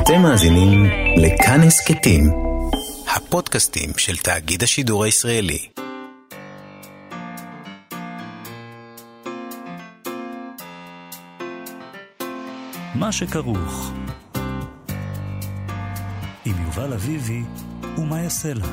אתם מאזינים לכאן הסכתים, הפודקאסטים של תאגיד השידור הישראלי. מה שכרוך עם יובל אביבי ומה יעשה לה.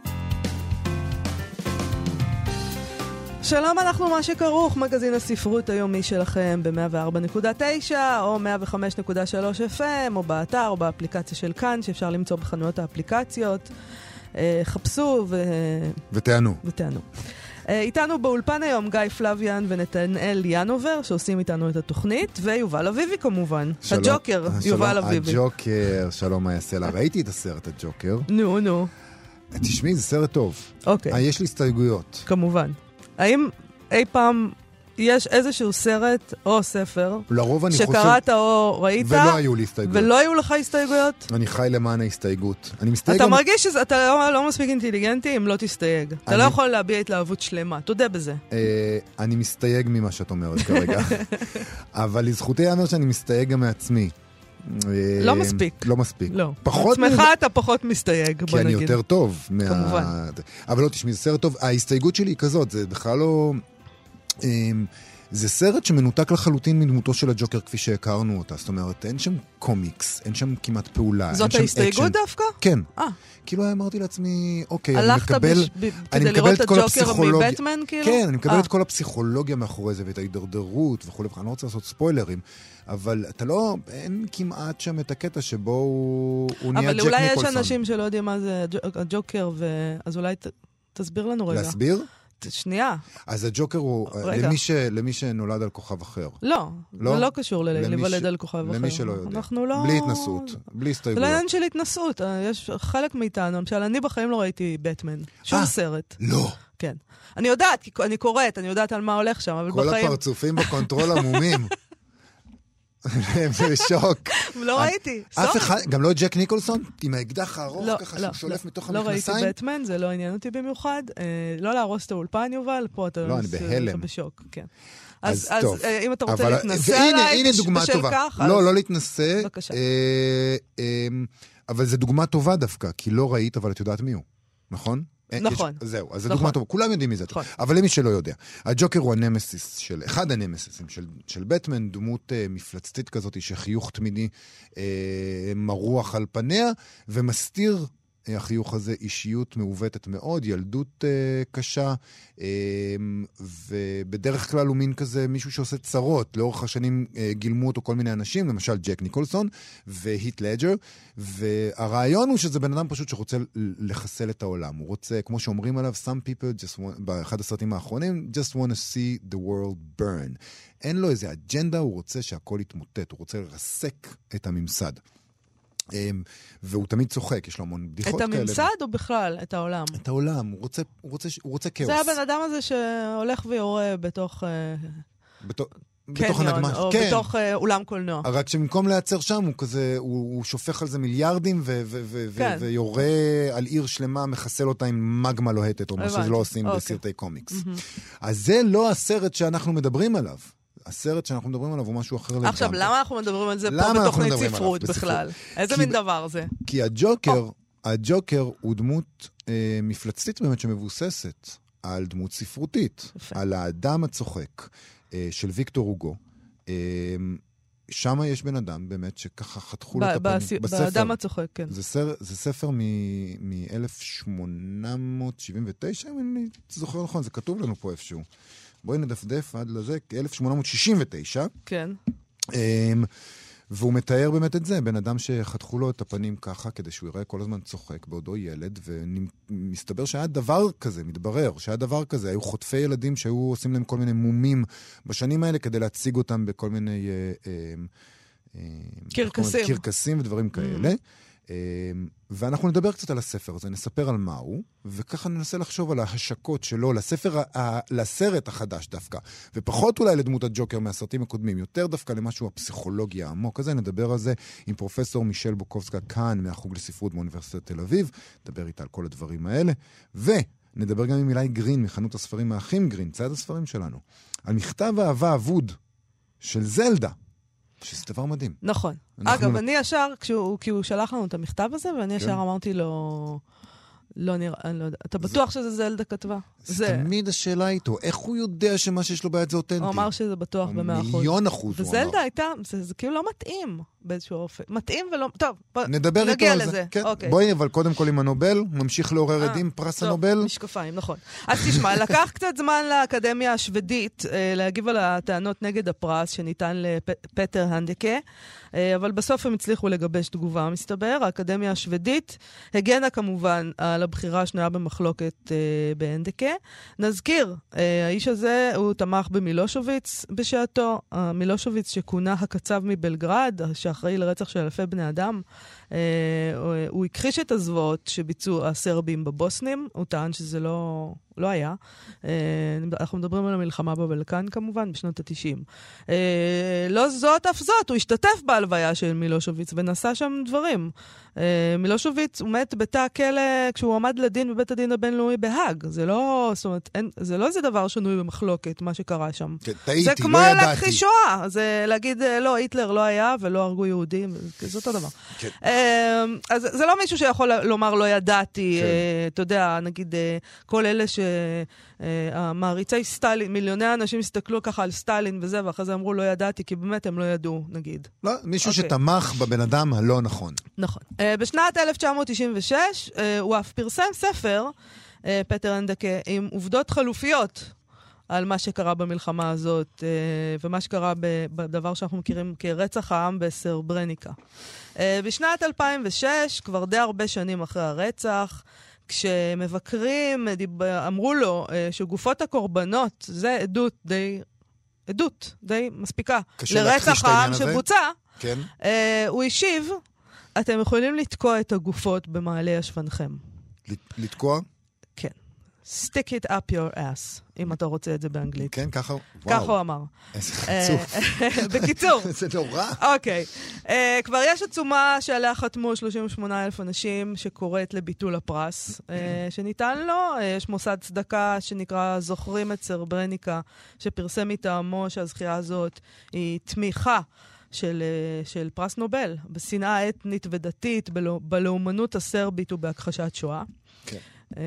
שלום, אנחנו מה שכרוך, מגזין הספרות היומי שלכם ב-104.9 או 105.3 FM או באתר או באפליקציה של כאן שאפשר למצוא בחנויות האפליקציות. חפשו ותענו. איתנו באולפן היום גיא פלוויאן ונתנאל ינובר שעושים איתנו את התוכנית, ויובל אביבי כמובן. הג'וקר, יובל אביבי. הג'וקר, שלום מה יעשה לה. ראיתי את הסרט הג'וקר. נו. תשמעי, זה סרט טוב. אוקיי. יש לי הסתייגויות. כמובן. האם אי פעם יש איזשהו סרט או ספר שקראת או ראית ולא היו לי הסתייגויות? ולא היו לך הסתייגויות? אני חי למען ההסתייגות. אתה מרגיש שאתה לא מספיק אינטליגנטי אם לא תסתייג. אתה לא יכול להביע התלהבות שלמה. תודה בזה. אני מסתייג ממה שאת אומרת כרגע. אבל לזכותי יאמר שאני מסתייג גם מעצמי. לא מספיק. לא מספיק. לא. עצמך אתה פחות מסתייג, בוא נגיד. כי אני יותר טוב. כמובן. אבל לא, תשמעי, זה סרט טוב. ההסתייגות שלי היא כזאת, זה בכלל לא... זה סרט שמנותק לחלוטין מדמותו של הג'וקר כפי שהכרנו אותה. זאת אומרת, אין שם קומיקס, אין שם כמעט פעולה. זאת ההסתייגות דווקא? כן. כאילו אמרתי לעצמי, אוקיי, הלכת כדי לראות את הג'וקר מבטמן, כאילו? כן, אני מקבל את כל הפסיכולוגיה מאחורי זה, ואת ההידרדרות וכו'. אני לא רוצה לעשות ספוילרים, אבל אתה לא, אין כמעט שם את הקטע שבו הוא נהיה ג'ק ניקולסון. אבל אולי יש אנשים שלא יודעים מה זה הג'וקר, אז אולי תסביר לנו רגע. להסביר? שנייה. אז הג'וקר הוא, למי שנולד על כוכב אחר. לא, זה לא קשור ללבלד על כוכב אחר. למי שלא יודע. אנחנו לא... בלי התנסות, בלי הסתייגויות. זה לא עניין של התנסות. יש חלק מאיתנו, למשל, אני בחיים לא ראיתי בטמן. שום סרט. לא. כן. אני יודעת, כי אני קוראת, אני יודעת על מה הולך שם, אבל בחיים... כל הפרצופים בקונטרול עמומים. זה שוק. לא ראיתי. אף אחד, גם לא ג'ק ניקולסון, עם האקדח הארוך ככה שהוא שולף מתוך המכנסיים. לא ראיתי בטמן, זה לא עניין אותי במיוחד. לא להרוס את האולפן, יובל, פה אתה בשוק. אז אם אתה רוצה להתנסה עליי, בשל כך. לא להתנסה. בבקשה. אבל זו דוגמה טובה דווקא, כי לא ראית, אבל את יודעת מי הוא. נכון? נכון. זהו, אז זו דוגמה טובה. כולם יודעים מי זה. אבל למי שלא יודע. הג'וקר הוא אחד הנמסיסים של בטמן, דמות מפלצתית כזאת, שחיוך תמידי מרוח על פניה, ומסתיר החיוך הזה אישיות מעוותת מאוד, ילדות קשה, ובדרך כלל הוא מין כזה מישהו שעושה צרות. לאורך השנים גילמו אותו כל מיני אנשים, למשל ג'ק ניקולסון והיט לג'ר, והרעיון הוא שזה בן אדם פשוט שרוצה לחסל את העולם. הוא רוצה, כמו שאומרים עליו, some people, באחד הסרטים האחרונים, just want to see the world burn. אין לו איזה אג'נדה, הוא רוצה שהכל יתמוטט, הוא רוצה לרסק את הממסד. והוא תמיד צוחק, יש לו המון בדיחות כאלה. את הממסד או בכלל? את העולם? את העולם, הוא רוצה כאוס. זה הבן אדם הזה שהולך ויורה בתוך הנגמש. או בתוך אולם קולנוע. רק שבמקום לייצר שם, הוא כזה, הוא שופך על זה מיליארדים ויורה על עיר שלמה, מחסל אותה עם מגמה לוהטת, או מה שלא עושים בסרטי קומיקס. אז זה לא הסרט שאנחנו מדברים עליו. הסרט שאנחנו מדברים עליו הוא משהו אחר לגמרי. עכשיו, למה אנחנו מדברים על זה פה בתוכנית ספרות בכלל? איזה מין דבר זה? כי הג'וקר הוא דמות מפלצתית באמת שמבוססת על דמות ספרותית, על האדם הצוחק של ויקטור הוגו. שם יש בן אדם באמת שככה חתכו לו את הפנים. באדם הצוחק, כן. זה ספר מ-1879, אם אני זוכר נכון, זה כתוב לנו פה איפשהו. בואי נדפדף עד לזה, 1869. כן. והוא מתאר באמת את זה, בן אדם שחתכו לו את הפנים ככה, כדי שהוא יראה כל הזמן צוחק בעודו ילד, ומסתבר שהיה דבר כזה, מתברר, שהיה דבר כזה, היו חוטפי ילדים שהיו עושים להם כל מיני מומים בשנים האלה, כדי להציג אותם בכל מיני קרקסים ודברים כאלה. ואנחנו נדבר קצת על הספר הזה, נספר על מהו, וככה ננסה לחשוב על ההשקות שלו לסרט החדש דווקא, ופחות אולי לדמות הג'וקר מהסרטים הקודמים, יותר דווקא למשהו הפסיכולוגיה העמוק הזה. נדבר על זה עם פרופסור מישל בוקובסקה כאן מהחוג לספרות באוניברסיטת תל אביב, נדבר איתה על כל הדברים האלה, ונדבר גם עם אילי גרין מחנות הספרים האחים גרין, צייד הספרים שלנו, על מכתב אהבה אבוד של זלדה. שזה דבר מדהים. נכון. אגב, אני ישר, כי הוא שלח לנו את המכתב הזה, ואני ישר אמרתי לו, לא נראה, אני לא יודע. אתה בטוח שזה זלדה כתבה? זה תמיד השאלה איתו. איך הוא יודע שמה שיש לו ביד זה אותנטי? הוא אמר שזה בטוח ב100%. 1,000,000%. וזלדה הייתה, זה כאילו לא מתאים באיזשהו אופן. מתאים ולא... טוב, נדבר איתו על זה. כן. בואי, אבל קודם כל עם הנובל, ממשיך לעורר עדים, פרס הנובל. משקפיים, נכון. אז תשמע, לקח קצת זמן לאקדמיה השוודית להגיב על הטענות נגד הפרס שניתן לפטר הנדקה, אבל בסוף הם הצליחו לגבש תגובה, מסתבר. האקדמיה השוודית הגנה כמובן על הבחירה השנויה במחלוקת בהנדקה. נזכיר, האיש הזה הוא תמך במילושוביץ בשעתו, מילושוביץ שכונה הקצב מבלגרד, שאחראי לרצח של אלפי בני אדם. הוא הכחיש את הזוועות שביצעו הסרבים בבוסנים, הוא טען שזה לא היה. אנחנו מדברים על המלחמה בבלקן כמובן, בשנות ה-90. לא זאת אף זאת, הוא השתתף בהלוויה של מילושוביץ ונעשה שם דברים. מילושוביץ הוא מת בתא הכלא כשהוא עמד לדין בבית הדין הבינלאומי בהאג. זה לא, זאת אומרת, זה לא איזה דבר שנוי במחלוקת, מה שקרה שם. טעיתי, זה כמו להכחיש שואה. זה להגיד, לא, היטלר לא היה ולא הרגו יהודים, זה אותו דבר. אז זה לא מישהו שיכול לומר לא ידעתי, אתה יודע, נגיד כל אלה שהמעריצי סטלין, מיליוני אנשים הסתכלו ככה על סטלין וזה, ואחרי זה אמרו לא ידעתי, כי באמת הם לא ידעו, נגיד. לא, מישהו שתמך בבן אדם הלא נכון. נכון. בשנת 1996 הוא אף פרסם ספר, פטר הנדקה, עם עובדות חלופיות על מה שקרה במלחמה הזאת, ומה שקרה בדבר שאנחנו מכירים כרצח העם בסרברניקה. בשנת 2006, כבר די הרבה שנים אחרי הרצח, כשמבקרים אמרו לו שגופות הקורבנות, זה עדות די מספיקה לרצח העם שבוצע, כן. הוא השיב, אתם יכולים לתקוע את הגופות במעלה ישבנכם. לתקוע? כן. Stick it up your ass, אם אתה רוצה את זה באנגלית. כן, ככה? ככה הוא אמר. איזה חצוף. בקיצור. זה נורא. אוקיי. כבר יש עצומה שעליה חתמו 38,000 אנשים שקוראת לביטול הפרס שניתן לו. יש מוסד צדקה שנקרא זוכרים את סרברניקה, שפרסם מטעמו שהזכייה הזאת היא תמיכה של פרס נובל, בשנאה אתנית ודתית, בלאומנות הסרבית ובהכחשת שואה. כן.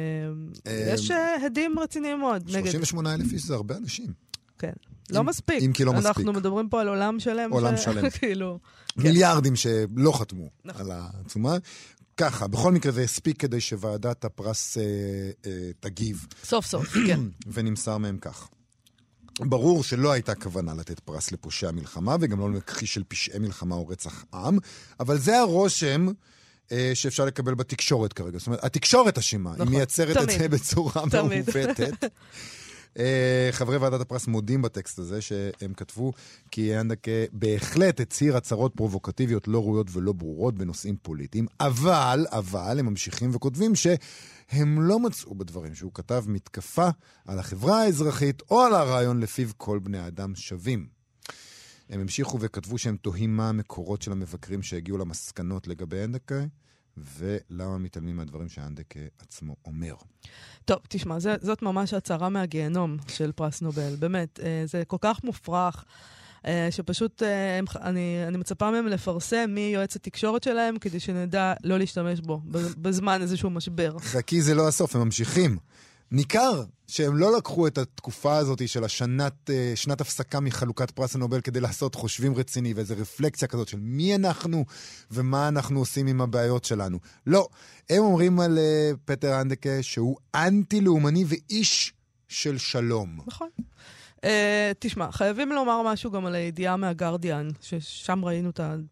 יש הדים רציניים מאוד. 38,000 איש זה הרבה אנשים. כן. לא מספיק. אם כי לא מספיק. אנחנו מדברים פה על עולם שלם. עולם שלם. כאילו. מיליארדים שלא חתמו על העצומה. ככה, בכל מקרה זה הספיק כדי שוועדת הפרס תגיב. סוף סוף, כן. ונמסר מהם כך. ברור שלא הייתה כוונה לתת פרס לפושעי המלחמה, וגם לא למכחיש של פשעי מלחמה או רצח עם, אבל זה הרושם שאפשר לקבל בתקשורת כרגע. זאת אומרת, התקשורת אשמה, היא מייצרת את זה בצורה מעוותת. חברי ועדת הפרס מודים בטקסט הזה שהם כתבו כי הנדקה בהחלט הצהיר הצהרות פרובוקטיביות לא ראויות ולא ברורות בנושאים פוליטיים, אבל הם ממשיכים וכותבים שהם לא מצאו בדברים שהוא כתב מתקפה על החברה האזרחית או על הרעיון לפיו כל בני האדם שווים. הם המשיכו וכתבו שהם תוהים מה המקורות של המבקרים שהגיעו למסקנות לגבי הנדקה, ולמה מתעלמים מהדברים שהנדקה עצמו אומר. טוב, תשמע, זאת ממש הצהרה מהגיהנום של פרס נובל. באמת, זה כל כך מופרך, שפשוט אני מצפה מהם לפרסם מי יועץ התקשורת שלהם, כדי שנדע לא להשתמש בו בזמן איזשהו משבר. חכי, זה לא הסוף, הם ממשיכים. ניכר שהם לא לקחו את התקופה הזאת של שנת הפסקה מחלוקת פרס הנובל כדי לעשות חושבים רציני ואיזו רפלקציה כזאת של מי אנחנו ומה אנחנו עושים עם הבעיות שלנו. לא, הם אומרים על פטר הנדקה שהוא אנטי-לאומני ואיש של שלום. נכון. תשמע, חייבים לומר משהו גם על הידיעה מהגרדיאן, ששם ראינו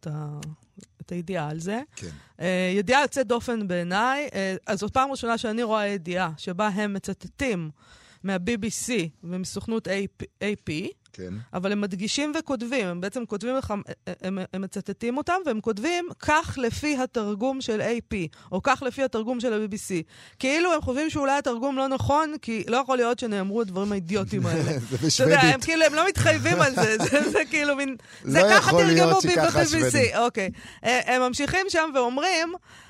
את הידיעה על זה. כן. ידיעה יוצאת דופן בעיניי, אז זאת פעם ראשונה שאני רואה ידיעה שבה הם מצטטים מה-BBC ומסוכנות AP, כן. אבל הם מדגישים וכותבים, הם בעצם כותבים לך, הם מצטטים אותם, והם כותבים כך לפי התרגום של AP, או כך לפי התרגום של ה-BBC. כאילו הם חושבים שאולי התרגום לא נכון, כי לא יכול להיות שנאמרו את דברים האידיוטיים האלה. זה בשוודית. הם כאילו, הם לא מתחייבים על זה, זה כאילו מין, זה לא ככה יכול להיות תרגמו שככה ב-BBC. אוקיי. הם ממשיכים שם ואומרים,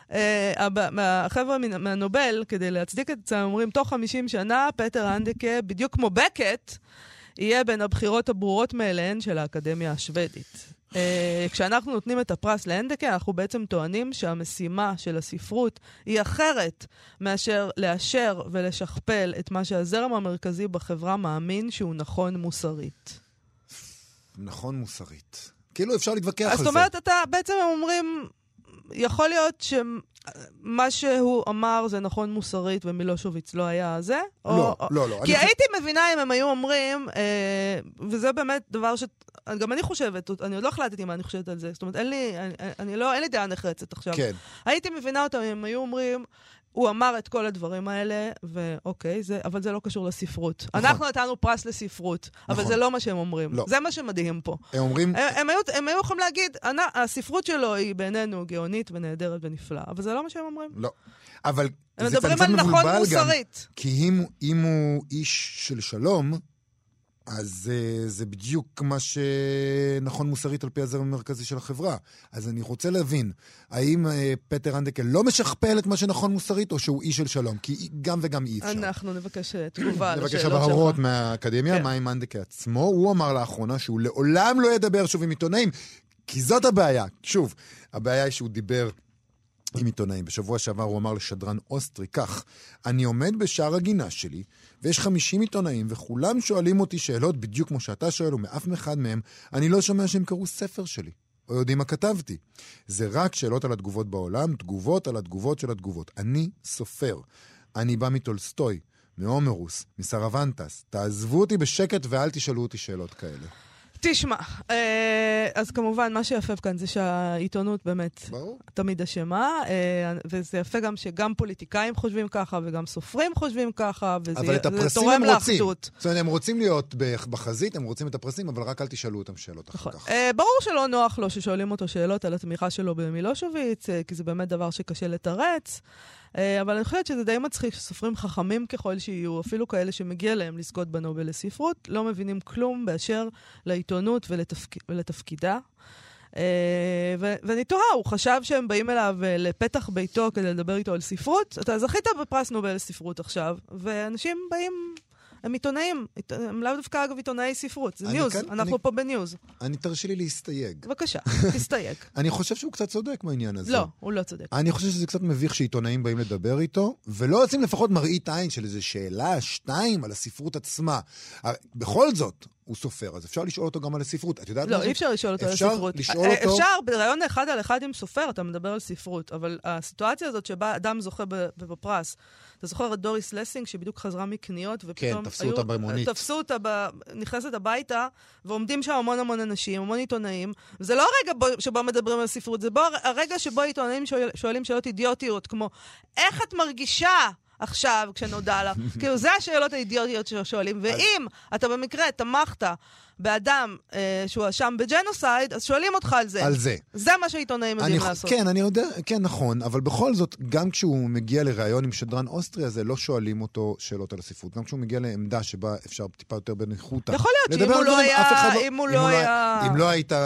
החבר'ה מהנובל, כדי להצדיק את זה, אומרים, תוך 50 שנה, פטר הנדקה, בדיוק כמו בקט, יהיה בין הבחירות הברורות מאליהן של האקדמיה השוודית. כשאנחנו נותנים את הפרס להנדקה, אנחנו בעצם טוענים שהמשימה של הספרות היא אחרת מאשר לאשר ולשכפל את מה שהזרם המרכזי בחברה מאמין שהוא נכון מוסרית. נכון מוסרית. כאילו אפשר להתווכח על זה. זאת אומרת, בעצם הם אומרים, יכול להיות שמה שהוא אמר זה נכון מוסרית ומילושוביץ לא היה זה? לא. כי הייתי מבינה אם הם היו אומרים, וזה באמת דבר גם אני חושבת, אני עוד לא החלטתי מה אני חושבת על זה, זאת אומרת, אין לי דעה נחרצת עכשיו. כן. הייתי מבינה אותם אם הם היו אומרים, הוא אמר את כל הדברים האלה, ואוקיי, אבל זה לא קשור לספרות. נכון. אנחנו נתנו פרס לספרות, אבל נכון. זה לא מה שהם אומרים. לא. זה מה שמדהים פה. הם אומרים... הם היו יכולים להגיד, הספרות שלו היא בינינו גאונית ונהדרת ונפלאה, אבל זה לא מה שהם אומרים. לא. אבל הם זה מדברים על נכון מוסרית. כי אם הוא איש של שלום, אז זה בדיוק מה שנכון מוסרית על פי הזרם המרכזי של החברה. אז אני רוצה להבין, האם פטר הנדקה לא משכפל את מה שנכון מוסרית, או שהוא איש של שלום? כי גם וגם אי אפשר. אנחנו נבקש תגובה על השאלות שלך. נבקש הבהרות מהאקדמיה, מה עם הנדקה עצמו. הוא אמר לאחרונה שהוא לעולם לא ידבר שוב עם עיתונאים, כי זאת הבעיה. שוב, הבעיה היא שהוא דיבר עם עיתונאים. בשבוע שעבר הוא אמר לשדרן אוסטרי כך, אני עומד בשער הגינה שלי, ויש 50 עיתונאים, וכולם שואלים אותי שאלות בדיוק כמו שאתה שואל, ומאף אחד מהם אני לא שומע שהם קראו ספר שלי, או יודעים מה כתבתי. זה רק שאלות על התגובות בעולם, תגובות על התגובות של התגובות. אני סופר. אני בא מטולסטוי, מהומרוס, מסרבנטס. תעזבו אותי בשקט ואל תשאלו אותי שאלות כאלה. תשמע, אז כמובן מה שיפה כאן זה שהעיתונות באמת תמיד אשמה, וזה יפה גם שגם פוליטיקאים חושבים ככה וגם סופרים חושבים ככה, וזה תורם לאחדות. זאת אומרת, הם רוצים להיות בחזית, הם רוצים את הפרסים, אבל רק אל תשאלו אותם שאלות אחר כך. ברור שלא נוח לו ששואלים אותו שאלות על התמיכה שלו במילושוביץ, כי זה באמת דבר שקשה לתרץ, אבל אני חושבת שזה די מצחיק שסופרים חכמים ככל שיהיו, אפילו כאלה שמגיע להם לזכות בנובל לספרות, לא מבינים כלום באשר לעיתונות ולתפקידה. ואני תוהה, הוא חשב שהם באים אליו לפתח ביתו כדי לדבר איתו על ספרות. אתה זכית בפרס נובל לספרות עכשיו, ואנשים באים... הם עיתונאים, הם לאו דווקא אגב עיתונאי ספרות, זה ניוז, אנחנו פה בניוז. אני תרשי לי להסתייג. בבקשה, תסתייג. אני חושב שהוא קצת צודק מהעניין הזה. לא, הוא לא צודק. אני חושב שזה קצת מביך שעיתונאים באים לדבר איתו, ולא יוצאים לפחות מראית עין של איזו שאלה, 2 על הספרות עצמה. בכל זאת, הוא סופר, אז אפשר לשאול אותו גם על הספרות. את יודעת לא, אי אפשר לשאול אותו על הספרות. אפשר, ברעיון אחד על אחד עם סופר, אתה מדבר על ספרות, אבל הסיטואציה הזאת שבה אדם זוכה בפרס, אתה זוכר את דוריס לסינג, שבדיוק חזרה מקניות, ופתאום תפסו אותה במונית. תפסו אותה, נכנסת הביתה, ועומדים שם המון אנשים, המון עיתונאים, וזה לא הרגע שבו מדברים על ספרות, זה הרגע שבו עיתונאים שואלים שאלות אידיוטיות, כמו, איך את מרגישה עכשיו כשנודע לה? כאילו, זה השאלות האידיוטיות ששואלים, ואם אתה במקרה תמכת באדם שהוא אשם בג'נוסייד, אז שואלים אותך על זה. על זה. זה מה שהעיתונאים יודעים לעשות. כן, אני יודע, כן, נכון, אבל בכל זאת, גם כשהוא מגיע לראיון עם שדרן אוסטרי הזה, לא שואלים אותו שאלות על הספרות. גם כשהוא מגיע לעמדה שבה אפשר טיפה יותר בניחותא. יכול להיות שאם הוא לא היה... אם לא היית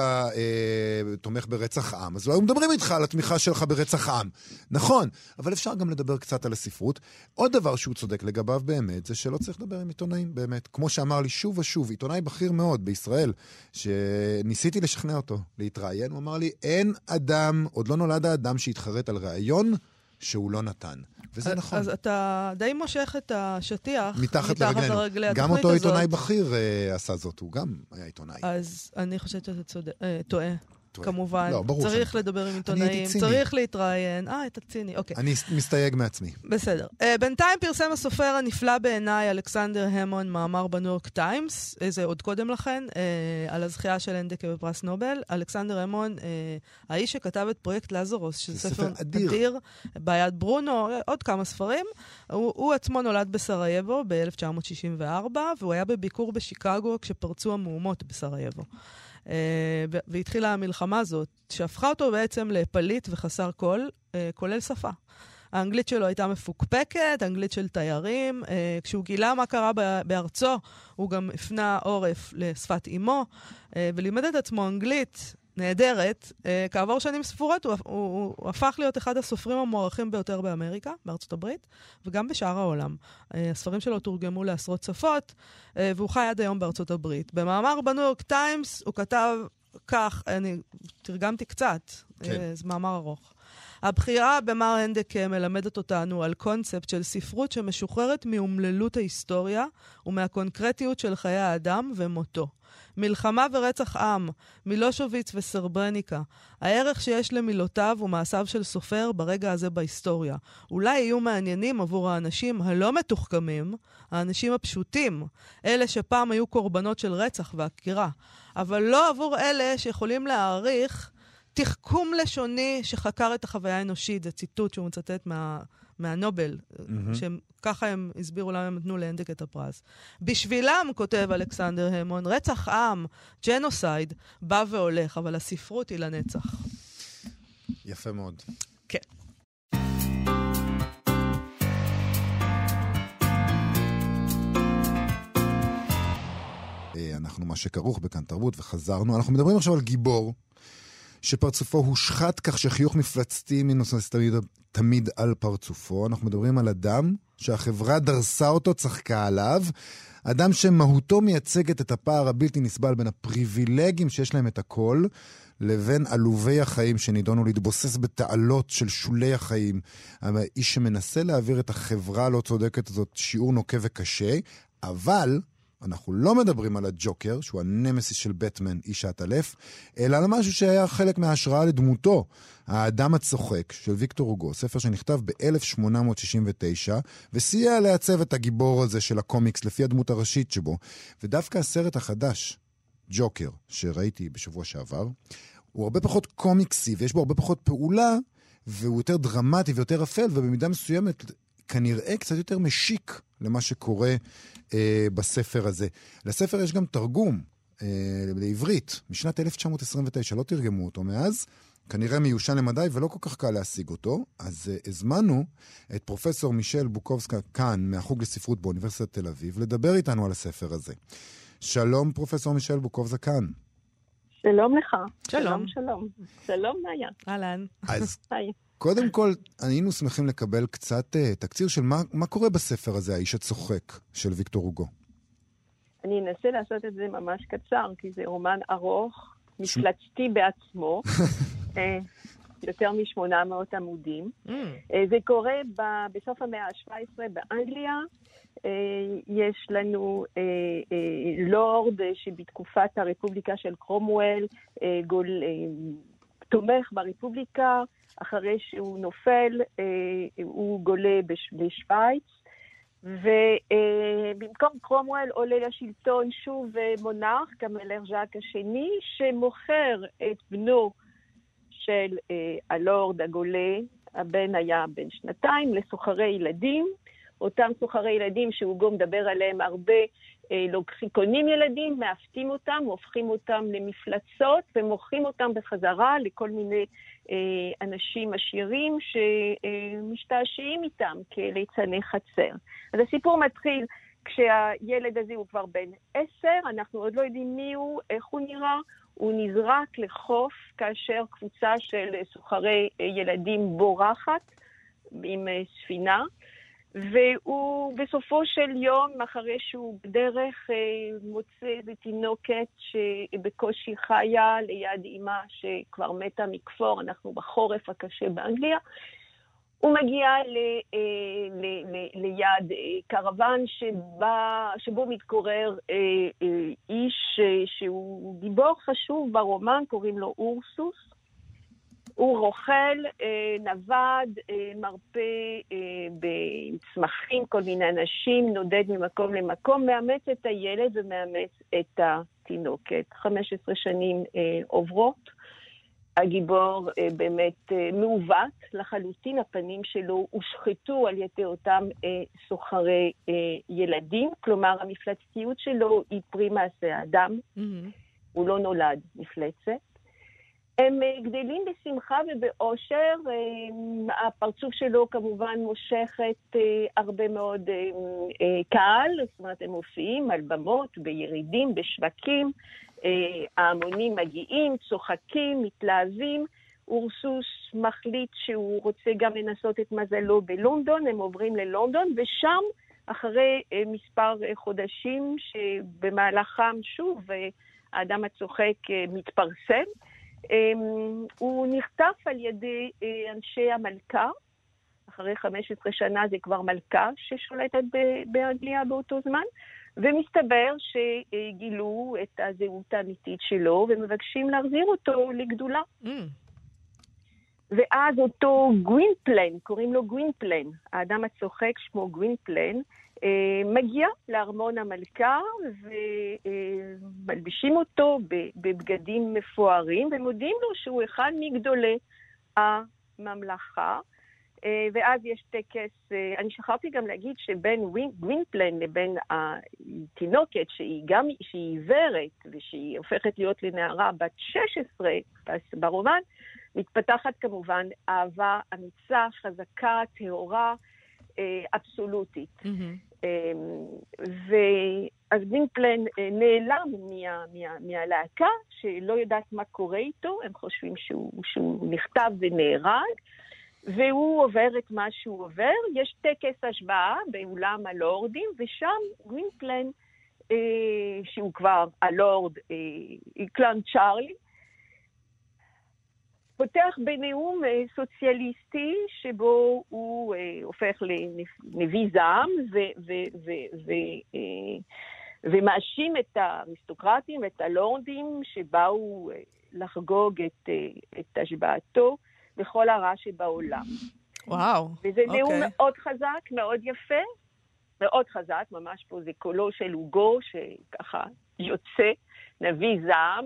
תומך ברצח עם, אז לא היו מדברים איתך על התמיכה שלך ברצח עם. נכון, אבל אפשר גם לדבר קצת על הספרות. עוד דבר שהוא צודק לגביו באמת, זה שלא צריך לדבר עם עיתונאים באמת. כמו שאמר לי שוב ושוב, עיתונאי בכיר מאוד בישראל, שניסיתי לשכנע אותו להתראיין, הוא אמר לי, אין אדם, עוד לא נולד האדם שהתחרט על ראיון שהוא לא נתן. וזה נכון. אז אתה די מושך את השטיח מתחת לרגלינו. גם אותו עיתונאי בכיר עשה זאת, הוא גם היה עיתונאי. אז אני חושבת שאתה טועה. כמובן, לא, צריך לדבר עם עיתונאים, צריך להתראיין. אתה ציני, אוקיי. אני מסתייג מעצמי. בסדר. בינתיים פרסם הסופר הנפלא בעיניי, אלכסנדר המון, מאמר בניו יורק טיימס, זה עוד קודם לכן, על הזכייה של הנדקה בפרס נובל. אלכסנדר המון, האיש שכתב את פרויקט לזרוס, שזה ספר אדיר, בעיית ברונו, עוד כמה ספרים. הוא עצמו נולד בסרייבו ב-1964, והוא היה בביקור בשיקגו כשפרצו המהומות בסרייבו. והתחילה המלחמה הזאת, שהפכה אותו בעצם לפליט וחסר קול, כולל שפה. האנגלית שלו הייתה מפוקפקת, אנגלית של תיירים. כשהוא גילה מה קרה בארצו, הוא גם הפנה עורף לשפת אמו, ולימד את עצמו אנגלית נהדרת. כעבור שנים ספורות הוא הפך להיות אחד הסופרים המוערכים ביותר באמריקה, בארצות הברית, וגם בשאר העולם. הספרים שלו תורגמו לעשרות שפות, והוא חי עד היום בארצות הברית. במאמר בניו יורק טיימס הוא כתב כך, אני תרגמתי קצת, כן. זה מאמר ארוך. הבחירה במר הנדקה מלמדת אותנו על קונספט של ספרות שמשוחררת מאומללות ההיסטוריה ומהקונקרטיות של חיי האדם ומותו. מלחמה ורצח עם, מילושוביץ וסרברניקה, הערך שיש למילותיו ומעשיו של סופר ברגע הזה בהיסטוריה. אולי יהיו מעניינים עבור האנשים הלא מתוחכמים, האנשים הפשוטים, אלה שפעם היו קורבנות של רצח והכירה, אבל לא עבור אלה שיכולים להעריך תחכום לשוני שחקר את החוויה האנושית. זה ציטוט שהוא מצטט מהנובל, שככה הם הסבירו למה הם נתנו להנדק את הפרס. בשבילם, כותב אלכסנדר המון, רצח עם, ג'נוסייד, בא והולך, אבל הספרות היא לנצח. יפה מאוד. כן. אנחנו מה שכרוך בכאן תרבות וחזרנו. אנחנו מדברים עכשיו על גיבור שפרצופו הושחת כך שחיוך מפלצתי מנוסס תמיד על פרצופו. אנחנו מדברים על אדם שהחברה דרסה אותו, צחקה עליו. אדם שמהותו מייצגת את הפער הבלתי נסבל בין הפריבילגים שיש להם את הכל, לבין עלובי החיים שנידונו להתבוסס בתעלות של שולי החיים. האיש שמנסה להעביר את החברה הלא צודקת הזאת שיעור נוקה וקשה, אבל אנחנו לא מדברים על הג'וקר, שהוא הנמסיס של בטמן, איש העטלף, אלא על משהו שהיה חלק מההשראה לדמותו, האדם הצוחק של ויקטור הוגו, ספר שנכתב ב-1869, וסייע לעצב את הגיבור הזה של הקומיקס לפי הדמות הראשית שבו. ודווקא הסרט החדש, ג'וקר, שראיתי בשבוע שעבר, הוא הרבה פחות קומיקסי, ויש בו הרבה פחות פעולה, והוא יותר דרמטי ויותר אפל, ובמידה מסוימת כנראה קצת יותר משיק למה שקורה בספר הזה. לספר יש גם תרגום לעברית, משנת 1929, לא תרגמו אותו מאז, כנראה מיושן למדי ולא כל כך קל להשיג אותו, אז הזמנו את פרופסור מישל בוקובסקה כאן, מהחוג לספרות באוניברסיטת תל אביב, לדבר איתנו על הספר הזה. שלום פרופסור מישל בוקובסקה כאן. שלום לך. שלום. שלום. שלום ניה. אהלן. אז היי. קודם כל, היינו שמחים לקבל קצת תקציר של מה קורה בספר הזה, האיש הצוחק של ויקטור הוגו. אני אנסה לעשות את זה ממש קצר, כי זה רומן ארוך, מפלצתי בעצמו, יותר מ-800 עמודים. זה קורה בסוף המאה ה-17 באנגליה. יש לנו לורד שבתקופת הרפובליקה של קרומוול תומך ברפובליקה, אחרי שהוא נופל, הוא גולה בשוויץ, ובמקום קרומוול עולה לשלטון שוב מונרך, קמלר ז'אק השני, שמוכר את בנו של הלורד הגולה, הבן היה בן 2, לסוחרי ילדים, אותם סוחרי ילדים שהוגו מדבר עליהם הרבה, קונים ילדים, מאפתים אותם, הופכים אותם למפלצות, ומוכרים אותם בחזרה לכל מיני אנשים עשירים שמשתעשעים איתם כליצני חצר. אז הסיפור מתחיל כשהילד הזה הוא כבר בן 10, אנחנו עוד לא יודעים מי הוא, איך הוא נראה, הוא נזרק לחוף כאשר קבוצה של סוחרי ילדים בורחת עם ספינה, והוא בסופו של יום, אחרי שהוא בדרך מוצא איזו תינוקת שבקושי חיה ליד אימה שכבר מתה מכפור, אנחנו בחורף הקשה באנגליה, הוא מגיע ליד קרוון שבו מתגורר איש שהוא גיבור חשוב ברומן, קוראים לו אורסוס. הוא רוכל, נווד, מרפא בצמחים, כל מיני אנשים, נודד ממקום למקום, מאמץ את הילד ומאמץ את התינוקת. 15 שנים עוברות. הגיבור באמת מעוות לחלוטין, הפנים שלו הושחתו על ידי אותם סוחרי ילדים, כלומר המפלצתיות שלו היא פרי מעשה האדם, הוא לא נולד מפלצת. הם גדלים בשמחה ובאושר, הפרצוף שלו כמובן מושכת הרבה מאוד קהל, זאת אומרת הם מופיעים על במות, בירידים, בשווקים, ההמונים מגיעים, צוחקים, מתלהבים, אורסוס מחליט שהוא רוצה גם לנסות את מזלו בלונדון, הם עוברים ללונדון, ושם אחרי מספר חודשים שבמהלכם שוב האדם הצוחק מתפרסם. הוא נכתב על ידי אנשי המלכה, אחרי 15 שנה זה כבר מלכה ששולטת באנגליה באותו זמן, ומסתבר שגילו את הזהות האמיתית שלו, ומבקשים להחזיר אותו לגדולה. ואז אותו גווינפלן, קוראים לו גווינפלן, האדם הצוחק שמו גווינפלן, מגיע לארמון המלכה ומלבישים אותו בבגדים מפוארים ומודיעים לו שהוא אחד מגדולי הממלכה. ואז יש טקס, אני שכחתי גם להגיד שבין גווינפלן לבין התינוקת שהיא עיוורת ושהיא הופכת להיות לנערה בת 16 ברומן, מתפתחת כמובן אהבה אמיצה, חזקה, טהורה, אבסולוטית. ואז גווינפלן נעלם מהלהקה, שלא יודעת מה קורה איתו, הם חושבים שהוא נכתב ונהרג, והוא עובר את מה שהוא עובר. יש טקס השבעה באולם הלורדים, ושם גווינפלן, שהוא כבר הלורד קלאן צ'ארלי, פותח בנאום סוציאליסטי שבו הוא הופך לנביא זעם ומאשים את האריסטוקרטים ואת הלורדים שבאו לחגוג את השבעתו בכל הרע שבעולם. וואו. וזה נאום מאוד חזק, מאוד יפה, מאוד חזק, ממש פה זה קולו של הוגו שככה יוצא, נביא זעם,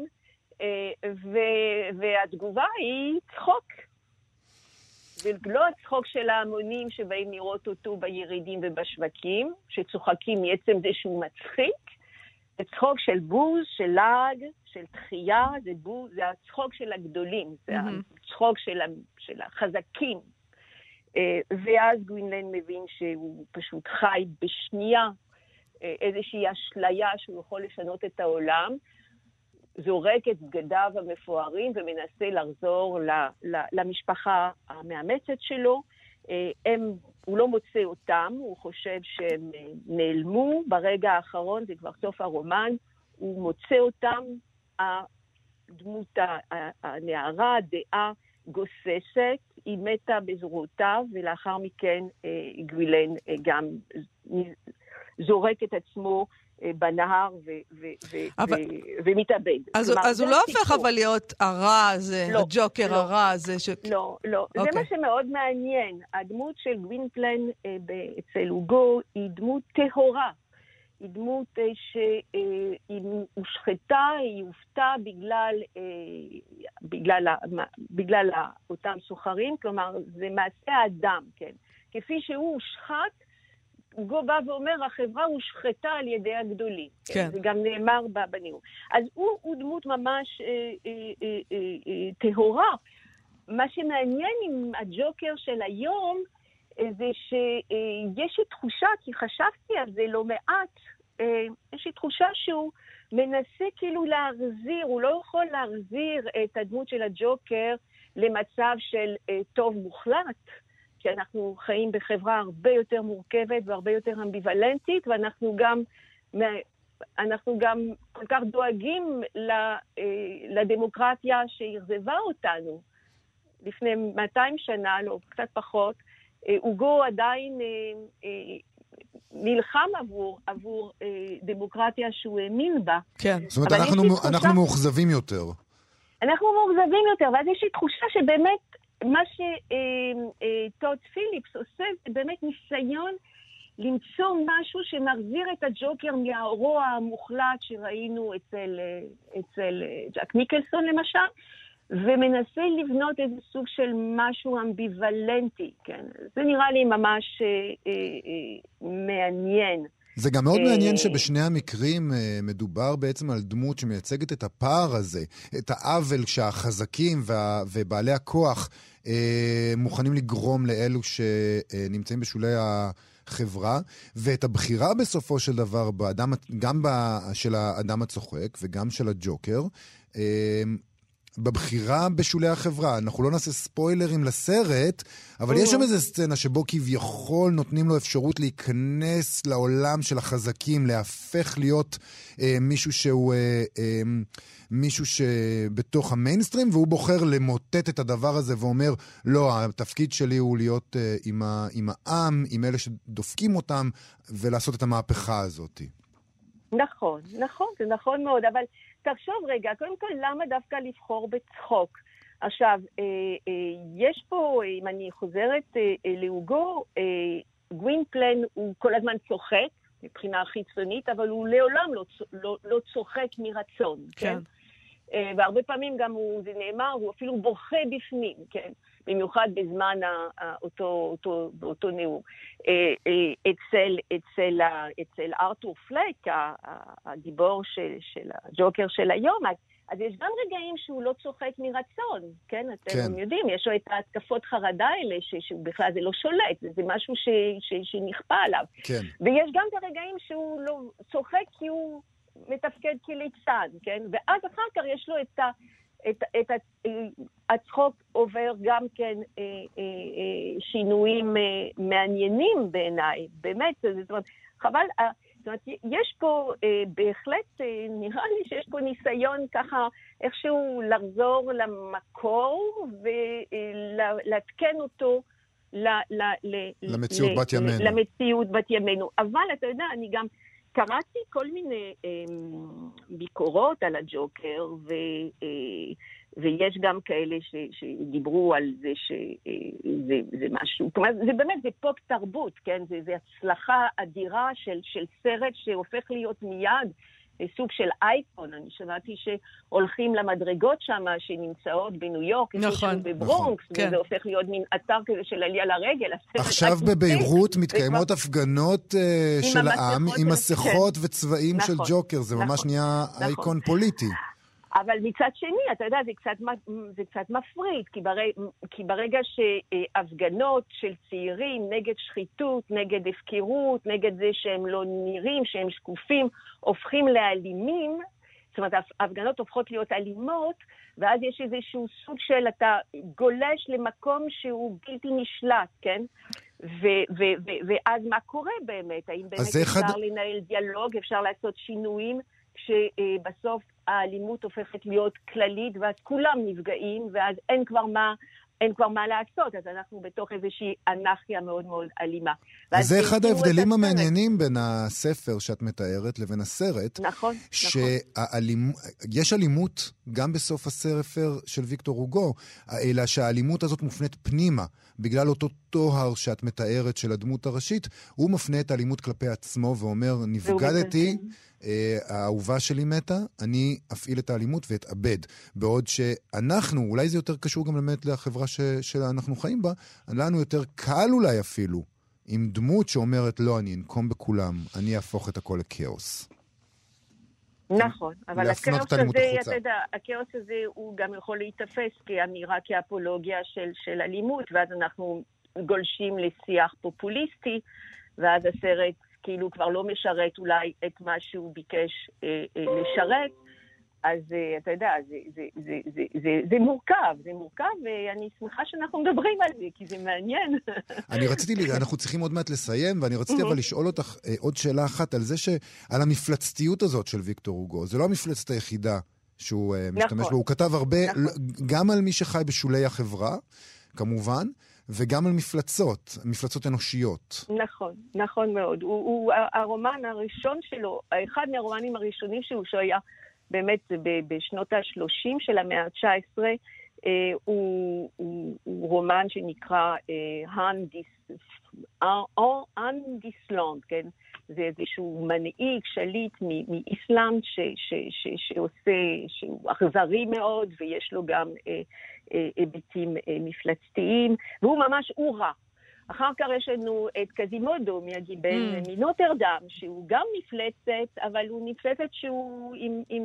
והתגובה היא צחוק. ולא הצחוק של ההמונים שבאים לראות אותו בירידים ובשווקים, שצוחקים מעצם זה שהוא מצחיק, זה צחוק של בוז, של לעג, של דחייה, זה הצחוק של הגדולים, זה הצחוק של החזקים. ואז גווינפלן מבין שהוא פשוט חי בשנייה, איזושהי אשליה שהוא יכול לשנות את העולם, זורק את בגדיו המפוארים ומנסה לחזור למשפחה המאמצת שלו. הוא לא מוצא אותם, הוא חושב שהם נעלמו ברגע האחרון, זה כבר סוף הרומן, הוא מוצא אותם, הדמות הנערה, הדעה גוססת, היא מתה בזרועותיו, ולאחר מכן גווינפלן גם זורק את עצמו בנהר ומתאבד. אז הוא לא הופך אבל להיות הרע הזה, הג'וקר הרע הזה. לא. זה מה שמאוד מעניין. הדמות של גווינפלן אצל הוגו היא דמות טהורה. היא דמות שהיא הושחתה, היא הופתה בגלל אותם סוחרים. כלומר, זה מעשה האדם, כן. כפי שהוא הושחת, גו בא ואומר, החברה הושחתה על ידי הגדולים. כן. זה גם נאמר בנאום. אז הוא דמות ממש טהורה. מה שמעניין עם הג'וקר של היום, זה שיש לי תחושה, כי חשבתי על זה לא מעט, יש לי תחושה שהוא מנסה כאילו להחזיר, הוא לא יכול להחזיר את הדמות של הג'וקר למצב של טוב מוחלט, שאנחנו חיים בחברה הרבה יותר מורכבת והרבה יותר אמביוולנטית, ואנחנו גם כל כך דואגים לדמוקרטיה שהרזבה אותנו. לפני 200 שנה, לא, קצת פחות, הוגו עדיין נלחם עבור דמוקרטיה שהוא האמין בה. כן. זאת אומרת, אנחנו מאוכזבים יותר. אנחנו מאוכזבים יותר, ואז יש לי תחושה שבאמת מה שטוד פיליפס עושה זה באמת ניסיון למצוא משהו שמחזיר את הג'וקר מהרוע המוחלט שראינו אצל ג'ק ניקלסון למשל, ומנסה לבנות איזה סוג של משהו אמביוולנטי, כן? זה נראה לי ממש מעניין. זה גם מאוד מעניין שבשני המקרים מדובר בעצם על דמות שמייצגת את הפער הזה, את העוול שהחזקים ובעלי הכוח מוכנים לגרום לאלו שנמצאים בשולי החברה, ואת הבחירה בסופו של דבר גם של האדם הצוחק וגם של הג'וקר, בבחירה בשולי החברה. אנחנו לא נעשה ספוילרים לסרט, אבל יש שם איזו סצנה שבו כביכול נותנים לו אפשרות להיכנס לעולם של החזקים, להפך להיות מישהו שבתוך המיינסטרים, והוא בוחר למוטט את הדבר הזה ואומר, לא, התפקיד שלי הוא להיות עם העם, עם אלה שדופקים אותם, ולעשות את המהפכה הזאת. נכון, זה נכון מאוד, אבל תחשוב רגע, קודם כל, למה דווקא לבחור בצחוק? עכשיו, יש פה, אם אני חוזרת להוגו, גווינפלן הוא כל הזמן צוחק, מבחינה חיצונית, אבל הוא לעולם לא צוחק מרצון, כן? והרבה פעמים גם זה נאמר, הוא אפילו בוכה בפנים, כן? במיוחד בזמן אותו נאום. אצל ארתור פלק, הגיבור של הג'וקר של היום, אז יש גם רגעים שהוא לא צוחק מרצון, כן? אתם יודעים, יש לו את ההתקפות חרדה האלה, שבכלל זה לא שולט, זה משהו שנכפה עליו. כן. ויש גם את הרגעים שהוא לא צוחק כי הוא מתפקד כליצן, כן? ואז אחר כך יש לו את הצחוק עובר גם כן שינויים מעניינים בעיניי, באמת, זאת אומרת, חבל, זאת אומרת, יש פה בהחלט, נראה לי שיש פה ניסיון ככה איכשהו לחזור למקור ולהתקן אותו למציאות בת ימינו. למציאות בת ימינו. אבל אתה יודע, אני גם קראתי כל מיני ביקורות על הג'וקר, ויש גם כאלה שדיברו על זה שזה משהו, כלומר, זה באמת, זה פופ תרבות, כן? זה הצלחה אדירה של סרט שהופך להיות מיד סוג של אייקון. אני שמעתי שהולכים למדרגות שם, שנמצאות בניו יורק, נכון, בברונקס, נכון, וזה הופך להיות מין אתר כזה של עלייה לרגל. עכשיו בביירות מתקיימות הפגנות של העם, עם מסכות וצבעים של ג'וקר, זה ממש נהיה אייקון פוליטי. אבל מצד שני, אתה יודע, זה קצת מפריד, כי ברגע שהפגנות של צעירים נגד שחיתות, נגד הפקרות, נגד זה שהם לא נראים, שהם שקופים, הופכים לאלימים, זאת אומרת, ההפגנות הופכות להיות אלימות, ואז יש איזשהו סוג של, אתה גולש למקום שהוא בלתי נשלט, כן? ואז מה קורה באמת? האם באמת אפשר לנהל דיאלוג, אפשר לעשות שינויים, כשבסוף האלימות הופכת להיות כללית, ואז כולם נפגעים, ואז אין כבר מה לעשות, אז אנחנו בתוך איזושהי אנרכיה מאוד מאוד אלימה. וזה אחד ההבדלים המעניינים בין הספר שאת מתארת לבין הסרט. נכון. יש אלימות גם בסוף הספר של ויקטור הוגו, אלא שהאלימות הזאת מופנית פנימה, בגלל אותו תוהר שאת מתארת של הדמות הראשית, הוא מפנה את האלימות כלפי עצמו ואומר, נפגדתי, האהובה שלי מתה, אני אפעיל את האלימות ואתאבד. בעוד שאנחנו, אולי זה יותר קשור גם באמת לחברה שאנחנו חיים בה, לנו יותר קל אולי אפילו, עם דמות שאומרת, לא, אני אנקום בכולם, אני אהפוך את הכל לקאוס. נכון, אבל הכאוס הזה הוא גם יכול להתאפס כאמירה, כאפולוגיה של אלימות, ואז אנחנו גולשים לשיח פופוליסטי, ואז הסרט כאילו כבר לא משרת אולי את מה שהוא ביקש לשרת, אז אתה יודע, זה מורכב, ואני שמחה שאנחנו מדברים על זה, כי זה מעניין. אנחנו צריכים עוד מעט לסיים, ואני רציתי אבל לשאול אותך עוד שאלה אחת על זה על המפלצתיות הזאת של ויקטור הוגו. זה לא המפלצת היחידה שהוא משתמש בו, הוא כתב הרבה, גם על מי שחי בשולי החברה, כמובן, וגם על מפלצות אנושיות. נכון מאוד. הוא הרומן הראשון שלו, אחד מהרומנים הראשונים שהוא היה באמת בשנות ה-30 של המאה ה-19, הוא רומן שנקרא אן דיסלנד, כן? זה איזשהו מנהיג שליט מאיסלנד שהוא אכזרי מאוד, ויש לו גם היבטים מפלצתיים, והוא ממש רע. אחר כך יש לנו את קזימודו מהגיבן מנוטרדם, שהוא גם מפלצת, אבל הוא מפלצת שהוא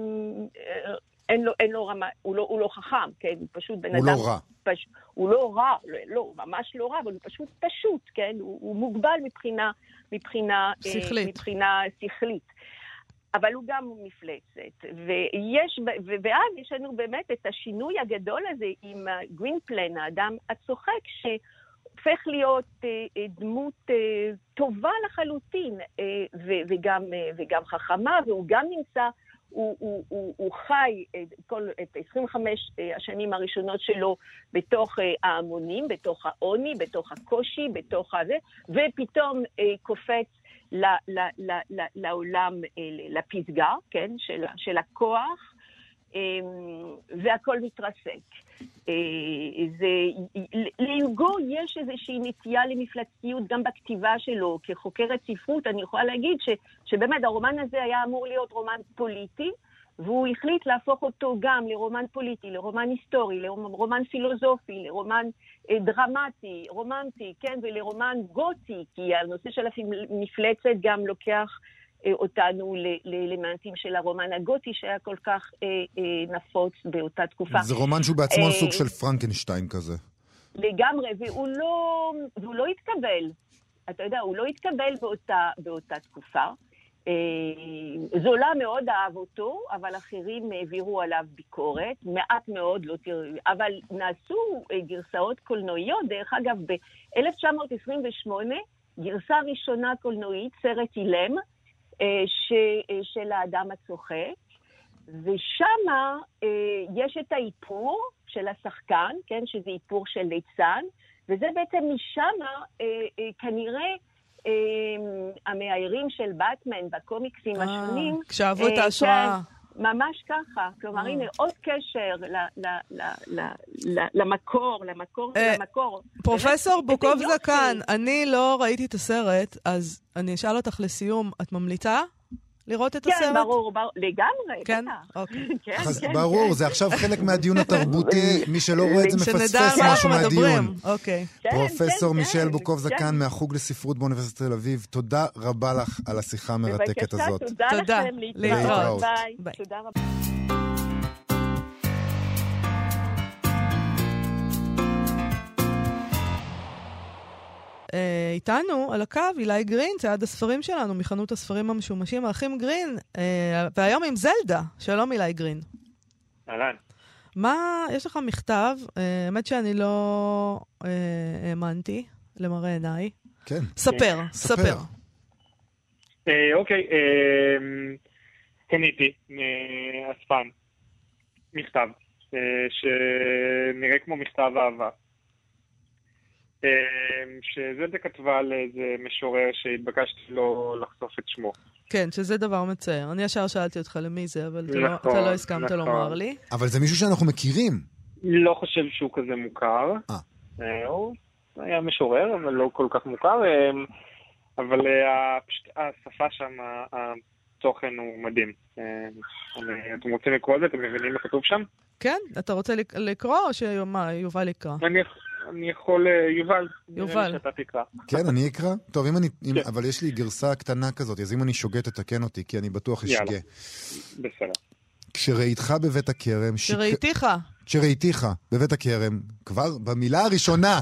אין לו רמה, הוא לא חכם, כן? הוא פשוט בן אדם. הוא לא רע. הוא לא רע, לא, ממש לא רע, אבל הוא פשוט, כן? הוא מוגבל מבחינה שכלית. אבל הוא גם מפלצת. ואז יש לנו באמת את השינוי הגדול הזה עם גרינפלן, האדם הצוחק, שהופך להיות דמות טובה לחלוטין, וגם חכמה, והוא גם נמצא, הוא חי את 25 השנים הראשונות שלו בתוך ההמונים, בתוך העוני, בתוך הקושי, בתוך הזה, ופתאום קופץ לעולם, לפסגה, כן, של הכוח, והכל מתרסק. ליוגו יש איזושהי נטייה למפלצתיות גם בכתיבה שלו. כחוקרת ספרות אני יכולה להגיד שבאמת הרומן הזה היה אמור להיות רומן פוליטי, והוא החליט להפוך אותו גם לרומן פוליטי, לרומן היסטורי, לרומן פילוסופי, לרומן דרמטי, רומנטי, כן, ולרומן גותי, כי הנושא של המפלצת גם לוקח אותנו לאלמנטים של הרומן הגותי, שהיה כל כך נפוץ באותה תקופה. זה רומן שהוא בעצמו סוג של פרנקנשטיין כזה. לגמרי, והוא לא התקבל. אתה יודע, הוא לא התקבל באותה תקופה. זולה מאוד אהב אותו, אבל אחרים העבירו עליו ביקורת, מעט מאוד, לא תראו, אבל נעשו גרסאות קולנועיות, דרך אגב, ב-1928, גרסה ראשונה קולנועית, סרט אילם, של האדם הצוחק, ושמה יש את האיפור של השחקן, כן, שזה איפור של ליצן, וזה בעצם משמה כנראה המאיירים של באטמן בקומיקסים השונים. כשאהבו את ההשראה. ממש ככה. כלומר, הנה עוד קשר למקור. פרופסור בוקוב זקן, אני לא ראיתי את הסרט, אז אני אשאל אותך לסיום, את ממליצה לראות את הסרט? כן, ברור, לגמרי. כן? אוקיי. ברור, זה עכשיו חלק מהדיון התרבותי, מי שלא רואה את זה מפספס משהו מהדיון. פרופסור מישל בוקוב זקן מהחוג לספרות באוניברסיטת תל אביב, תודה רבה לך על השיחה המרתקת הזאת. בבקשה, תודה לכם. להתראות. ביי. תודה רבה. איתנו על הקו אילי גרין, צעד הספרים שלנו מחנות הספרים המשומשים, האחים גרין, והיום עם זלדה. שלום אילי גרין. אהלן. מה, יש לך מכתב, האמת שאני לא האמנתי למראה עיניי. כן. ספר. אוקיי, קניתי מאספן מכתב, שנראה כמו מכתב אהבה. שזלדה כתבה לאיזה משורר שהתבקשתי לו לחשוף את שמו. כן, שזה דבר מצער. אני ישר שאלתי אותך למי זה, אבל אתה לא הסכמת לומר לי. אבל זה מישהו שאנחנו מכירים. לא חושב שהוא כזה מוכר. הוא היה משורר, אבל לא כל כך מוכר. אבל השפה שם, התוכן הוא מדהים. אתם רוצים לקרוא את זה? אתם מבינים מה כתוב שם? כן, אתה רוצה לקרוא או שיובל יקרא? אני יכול, יובל. שאתה תקרא. כן, אני אקרא? טוב, אבל יש לי גרסה קטנה כזאת, אז אם אני שוגה תתקן אותי, כי אני בטוח אשגה. בסדר. כשראיתך בבית הכרם... כשראיתיך בבית הכרם, כבר במילה הראשונה,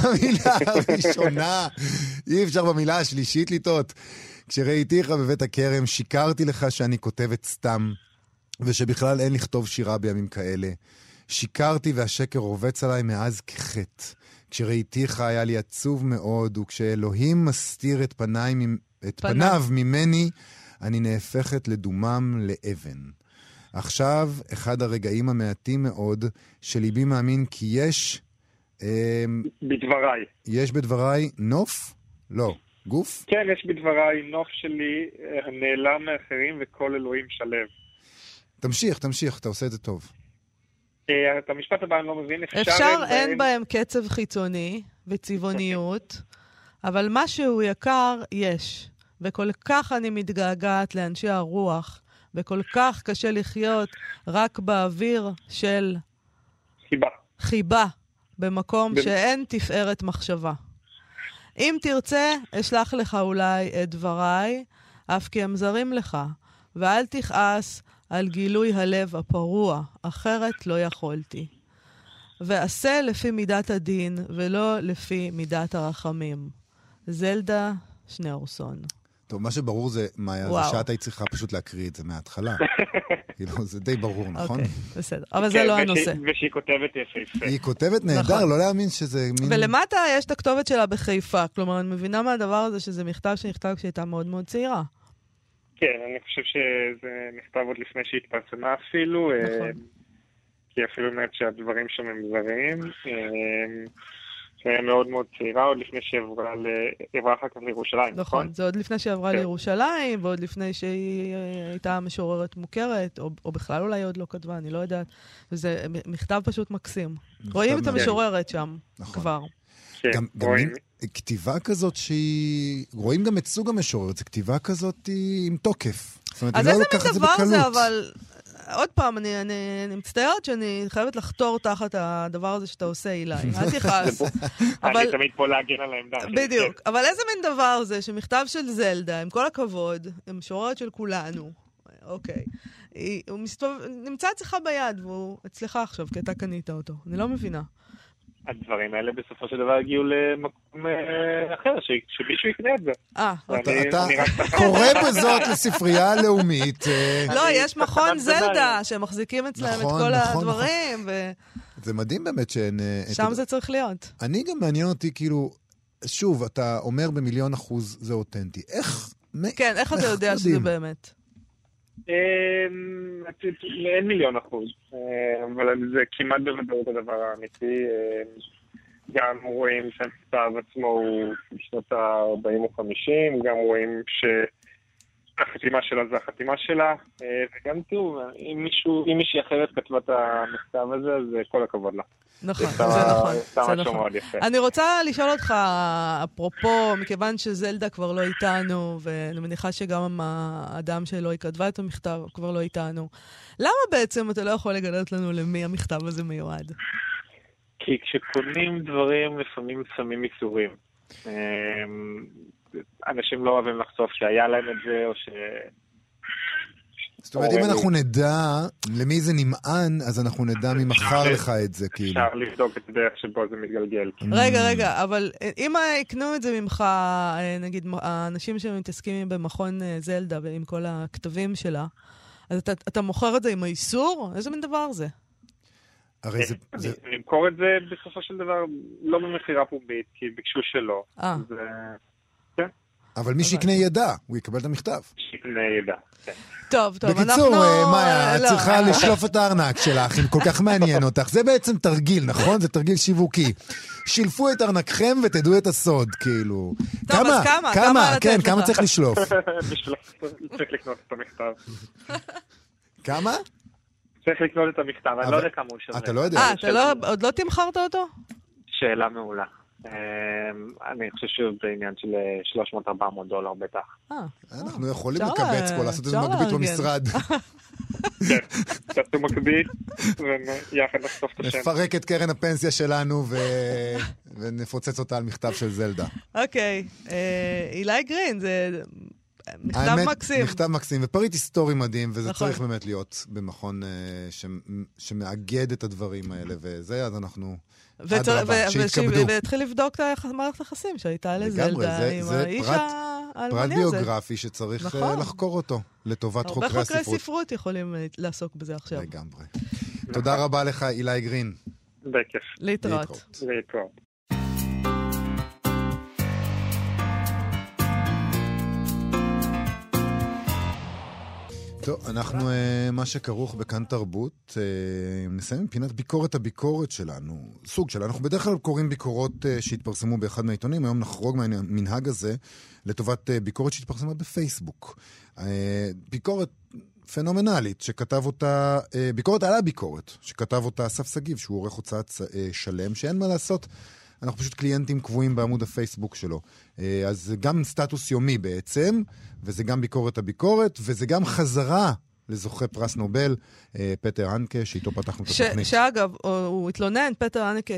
אי אפשר במילה השלישית לטעות. כשראיתיך בבית הכרם, שיקרתי לך שאני כותבת סתם, ושבכלל אין לכתוב שירה בימים כאלה. שיקרתי והשקר רובץ עליי מאז כחטא. כשראיתיך היה לי עצוב מאוד, וכשאלוהים מסתיר את פניו ממני, אני נהפכת לדומם לאבן. עכשיו, אחד הרגעים המעטים מאוד, שליבי מאמין כי יש... בדבריי. יש בדבריי נוף? לא. גוף? כן, יש בדבריי נוף שלי, הנעלם מאחרים וכל אלוהים שלב. תמשיך, אתה עושה את זה טוב. את המשפט הבא אני לא מבין. אפשר אין בהם קצב חיצוני וצבעוניות, אבל משהו יקר יש. וכל כך אני מתגעגעת לאנשי הרוח, וכל כך קשה לחיות רק באוויר של חיבה, במקום שאין תפארת מחשבה. אם תרצה, אשלח לך אולי את דבריי, אף כי הם זרים לך, ואל תכעס על גילוי הלב הפרוע, אחרת לא יכולתי. ועשה לפי מידת הדין, ולא לפי מידת הרחמים. זלדה שניאורסון. טוב, מה שברור זה, מאיה, זה שאת היית צריכה פשוט להקריא את זה מההתחלה. כאילו, זה די ברור, נכון? אוקיי, בסדר. אבל זה לא הנושא. ושהיא כותבת יפה. היא כותבת נהדר, לא להאמין שזה מין... ולמטה יש את הכתובת שלה בחיפה. כלומר, אני מבינה מהדבר הזה שזה מכתב שנכתב כשהייתה מאוד מאוד צעירה. כן, אני חושב שזה נכתב עוד לפני שהתפרסמה אפילו. נכון. כי אפילו באמת שהדברים שם הם זרים. שהיה מאוד מאוד צעירה, עוד לפני שעברה אחר כך לירושלים, נכון? זה עוד לפני שעברה לירושלים, ועוד לפני שהיא הייתה משוררת מוכרת, או בכלל אולי עוד לא כתבה, אני לא יודעת. וזה מכתב פשוט מקסים. רואים את המשוררת שם כבר. גם כתיבה כזאת שהיא... רואים גם את סוג המשוררת, זו כתיבה כזאת עם תוקף. אז איזה מין דבר זה, אבל... עוד פעם, אני מצטערת שאני חייבת לחתור תחת הדבר הזה שאתה עושה, אילי. אל תכעס. אני תמיד פה להגן על העמדה. בדיוק. אבל איזה מין דבר זה שמכתב של זלדה, עם כל הכבוד, עם משוררת של כולנו, אוקיי, הוא נמצא אצלך ביד, והוא אצלך עכשיו, כי אתה קנית אותו. אני לא מבינה. הדברים האלה בסופו של דבר הגיעו למקום אחר, שמישהו יקנה את זה. אתה קורא בזאת לספרייה הלאומית. לא, יש מכון זלדה, שהם מחזיקים אצלהם את כל הדברים. זה מדהים באמת שהן... שם זה צריך להיות. אני גם מעניין אותי, כאילו, שוב, אתה אומר ב1,000,000% זה אותנטי. איך... כן, איך אתה יודע שזה באמת? אין 1,000,000%, אבל זה כמעט בוודאות הדבר האמיתי. גם רואים שהמכתב עצמו הוא בשנות ה-40 או 50, גם רואים שהחתימה שלה זה החתימה שלה, וגם תראו, אם מישהי אחרת כתבה את המכתב הזה, אז כל הכבוד לה. נכון, זה נכון. אני רוצה לשאול אותך, אפרופו, מכיוון שזלדה כבר לא איתנו, ואני מניחה שגם האדם שלו היא כתבה את המכתב כבר לא איתנו, למה בעצם אתה לא יכול לגלות לנו למי המכתב הזה מיועד? כי כשקונים דברים לפעמים שמים איסורים. אנשים לא אוהבים לחשוף שהיה להם את זה, או ש... זאת אומרת, אם אנחנו נדע למי זה נמען, אז אנחנו נדע מי מכר לך את זה, כאילו. אפשר לבדוק את דרך שבו זה מתגלגל. רגע, אבל אם יקנו את זה ממך, נגיד, האנשים שמתעסקים במכון זלדה ועם כל הכתבים שלה, אז אתה מוכר את זה עם האיסור? איזה מין דבר זה? הרי זה... למכור את זה בסופו של דבר לא במחירה פומבית, כי ביקשו שלא. אבל מי שיקנה ידע, הוא יקבל את המכתב. שיקנה ידע, כן. טוב, בקיצור, מאיה, את צריכה לשלוף את הארנק שלך, אם כל כך מעניין אותך. זה בעצם תרגיל, נכון? זה תרגיל שיווקי. שילפו את ארנקכם ותדעו את הסוד, כאילו. טוב, אז כמה? כן, כמה צריך לשלוף? צריך לקנות את המכתב. כמה? צריך לקנות את המכתב, אני לא יודע כמה הוא שווה. אתה לא יודע. עוד לא תמחרת אותו? שאלה מעולה. אני חושב שזה עניין של $300-400 בטח. אנחנו יכולים לקבץ פה, לעשות איזה מגבית במשרד. כן, תעשו מגבית ויחד נחשוף את השם. נפרק את קרן הפנסיה שלנו ונפוצץ אותה על מכתב של זלדה. אוקיי, אילי גרין, זה... מכתב מקסים. מכתב מקסים, ופריט היסטורי מדהים, וזה צריך באמת להיות במכון שמאגד את הדברים האלה, וזה, אז אנחנו... והתחיל לבדוק את מערכת היחסים שהייתה לזלדה עם האיש האלמוני הזה. פרט ביוגרפי שצריך לחקור אותו לטובת חוקרי הספרות. הרבה חוקרי ספרות יכולים לעסוק בזה עכשיו. לגמרי. תודה רבה לך, אילי גרין. בכיף. להתראות. טוב, אנחנו מה שכרוך בכאן תרבות, נסיים פינת ביקורת הביקורת שלנו, סוג שלה. אנחנו בדרך כלל קוראים ביקורות שהתפרסמו באחד מהעיתונים, היום נחרוג מהמנהג הזה לטובת ביקורת שהתפרסמה בפייסבוק. ביקורת פנומנלית שכתב אותה, ביקורת על הביקורת, שכתב אותה אסף סגיב, שהוא עורך הוצאת שלם, שאין מה לעשות, אנחנו פשוט קליינטים קבועים בעמוד הפייסבוק שלו. אז זה גם סטטוס יומי בעצם, וזה גם ביקורת הביקורת, וזה גם חזרה לזוכה פרס נובל, פטר הנקה, שאיתו פתחנו את התוכנית. שאגב, הוא התלונן, פטר הנקה,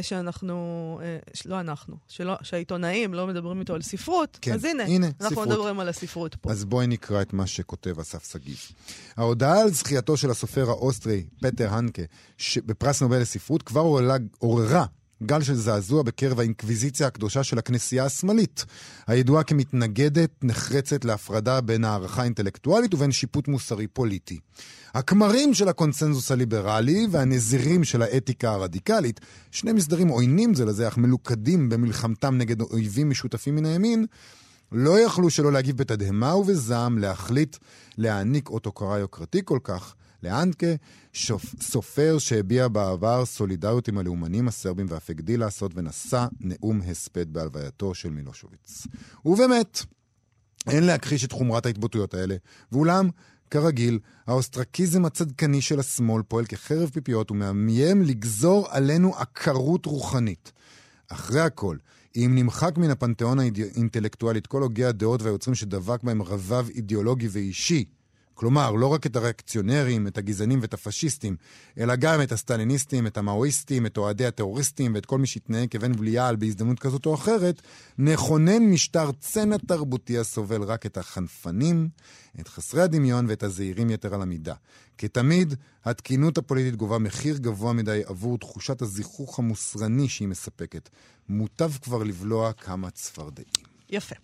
שהעיתונאים לא מדברים איתו על ספרות, כן, אז הנה אנחנו ספרות. מדברים על הספרות פה. אז בואי נקרא את מה שכותב אסף סגיב. ההודעה על זכייתו של הסופר האוסטרי, פטר הנקה, בפרס נובל לספרות, כבר עוררה גל של זעזוע בקרב האינקוויזיציה הקדושה של הכנסייה השמאלית, הידועה כמתנגדת נחרצת להפרדה בין הערכה אינטלקטואלית ובין שיפוט מוסרי פוליטי. הכמרים של הקונסנזוס הליברלי והנזירים של האתיקה הרדיקלית, שני מסדרים עוינים זה לזה, אך מלוכדים במלחמתם נגד אויבים משותפים מן הימין, לא יכלו שלא להגיב בתדהמה ובזעם להחליט להעניק אוטוקרא יוקרתי כל כך להנקה, סופר שהביע בעבר סולידריות עם הלאומנים הסרבים ואף הגדיל לעשות ונשא נאום הספד בהלווייתו של מילושוויץ. ובאמת, אין להכחיש את חומרת ההתבטאויות האלה, ואולם, כרגיל, האוסטרקיזם הצדקני של השמאל פועל כחרב פיפיות ומאיים לגזור עלינו עקרות רוחנית. אחרי הכל, אם נמחק מן הפנתיאון האינטלקטואלי את כל הוגי הדעות והיוצרים שדבק בהם רבב אידיאולוגי ואישי, כלומר, לא רק את הריאקציונרים, את הגזענים ואת הפשיסטים, אלא גם את הסטליניסטים, את המאואיסטים, את אוהדי הטרוריסטים ואת כל מי שהתנהג כבן בליעל בהזדמנות כזאת או אחרת, נכונן משטר צנע תרבותי הסובל רק את החנפנים, את חסרי הדמיון ואת הזהירים יתר על המידה. כתמיד, התקינות הפוליטית גובה מחיר גבוה מדי עבור תחושת הזיכוך המוסרני שהיא מספקת. מוטב כבר לבלוע כמה צפרדעים. יפה.